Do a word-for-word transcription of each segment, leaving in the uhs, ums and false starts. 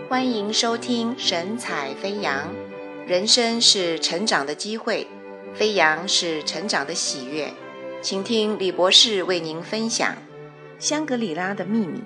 欢迎收听神采飞扬。人生是成长的机会，飞扬是成长的喜悦。请听李博士为您分享香格里拉的秘密。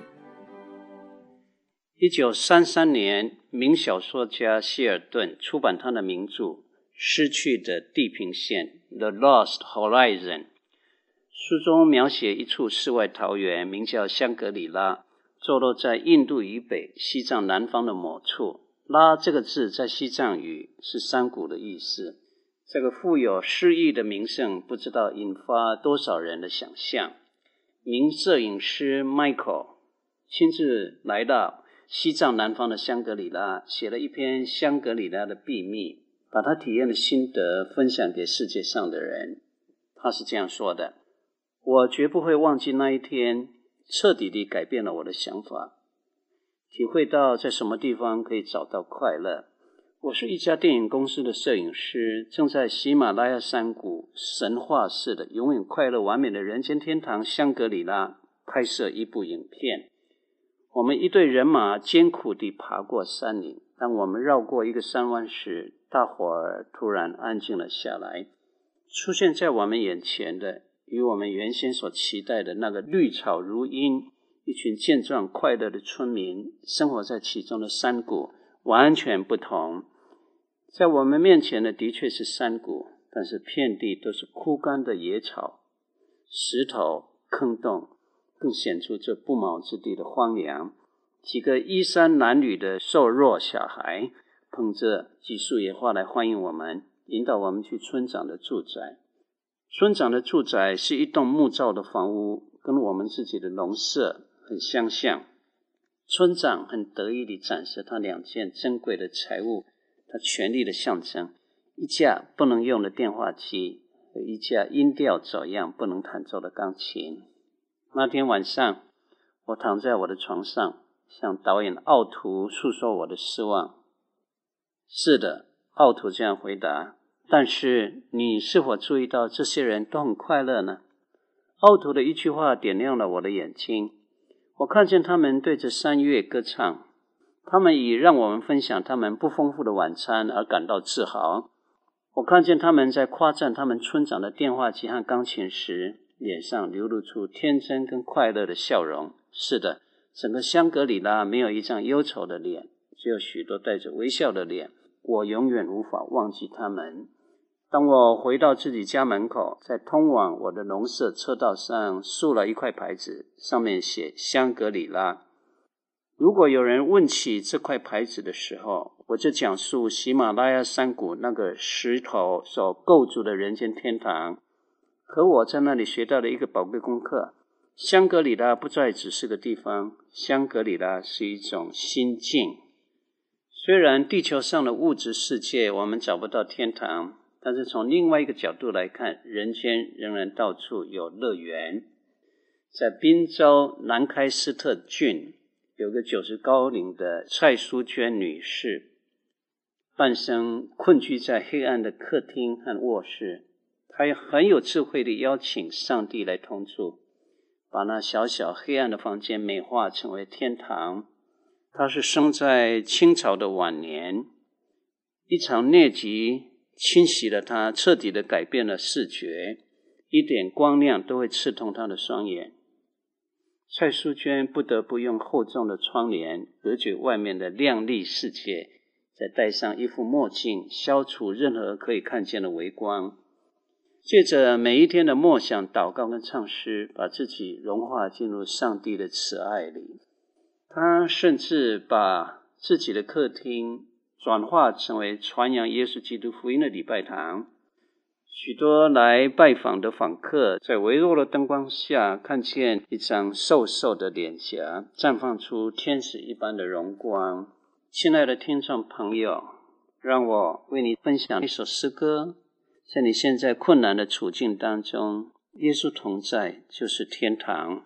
一九三三年，名小说家希尔顿出版他的名著《失去的地平线》 The Lost Horizon。 书中描写一处世外桃源，名叫香格里拉，坐落在印度以北、西藏南方的某处。拉这个字在西藏语是山谷的意思。这个富有诗意的名胜，不知道引发多少人的想象。名摄影师 Michael 亲自来到西藏南方的香格里拉，写了一篇香格里拉的秘密，把他体验的心得分享给世界上的人。他是这样说的：我绝不会忘记那一天，彻底地改变了我的想法，体会到在什么地方可以找到快乐。我是一家电影公司的摄影师，正在喜马拉雅山谷神话式的永远快乐完美的人间天堂香格里拉拍摄一部影片。我们一队人马艰苦地爬过山岭，当我们绕过一个山湾时，大伙儿突然安静了下来。出现在我们眼前的，与我们原先所期待的那个绿草如茵、一群健壮快乐的村民生活在其中的山谷完全不同。在我们面前的的确是山谷，但是遍地都是枯干的野草、石头、坑洞，更显出这不毛之地的荒凉。几个衣衫褴褛的瘦弱小孩捧着几束野花来欢迎我们，引导我们去村长的住宅。村长的住宅是一栋木造的房屋，跟我们自己的农舍很相像。村长很得意地展示他两件珍贵的财物，他权力的象征，一架不能用的电话机和一架音调走样不能弹奏的钢琴。那天晚上，我躺在我的床上，向导演奥图诉说我的失望。是的，奥图这样回答，但是你是否注意到这些人都很快乐呢？奥图的一句话点亮了我的眼睛。我看见他们对着山岳歌唱，他们以让我们分享他们不丰富的晚餐而感到自豪。我看见他们在夸赞他们村长的电话机和钢琴时，脸上流露出天真跟快乐的笑容。是的，整个香格里拉没有一张忧愁的脸，只有许多带着微笑的脸。我永远无法忘记他们。当我回到自己家门口，在通往我的农舍车道上竖了一块牌子，上面写香格里拉。如果有人问起这块牌子的时候，我就讲述喜马拉雅山谷那个石头所构筑的人间天堂，和我在那里学到的一个宝贵功课。香格里拉不再只是个地方，香格里拉是一种心境。虽然地球上的物质世界我们找不到天堂，但是从另外一个角度来看，人间仍然到处有乐园。在宾州南开斯特郡，有个九十高龄的蔡淑娟女士，半生困居在黑暗的客厅和卧室。她很有智慧地邀请上帝来同住，把那小小黑暗的房间美化成为天堂。她是生在清朝的晚年，一场疟疾侵袭了她，彻底地改变了视觉，一点光亮都会刺痛她的双眼。蔡淑娟不得不用厚重的窗帘隔绝外面的亮丽世界，再戴上一副墨镜，消除任何可以看见的微光。借着每一天的默想、祷告跟唱诗，把自己融化进入上帝的慈爱里。她甚至把自己的客厅转化成为传扬耶稣基督福音的礼拜堂。许多来拜访的访客在微弱的灯光下，看见一张瘦瘦的脸颊绽放出天使一般的荣光。亲爱的听众朋友，让我为你分享一首诗歌。在你现在困难的处境当中，耶稣同在就是天堂。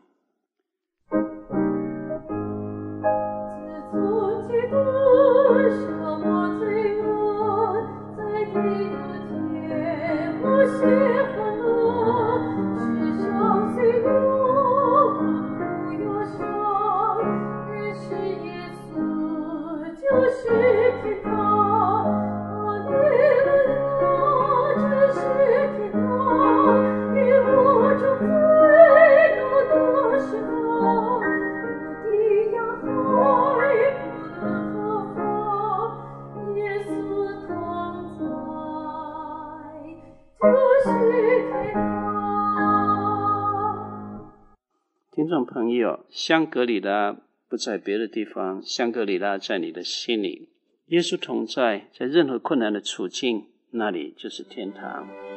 是耶稣救听众朋友，香格里拉不在别的地方，香格里拉在你的心里。耶稣同在，在任何困难的处境，那里就是天堂。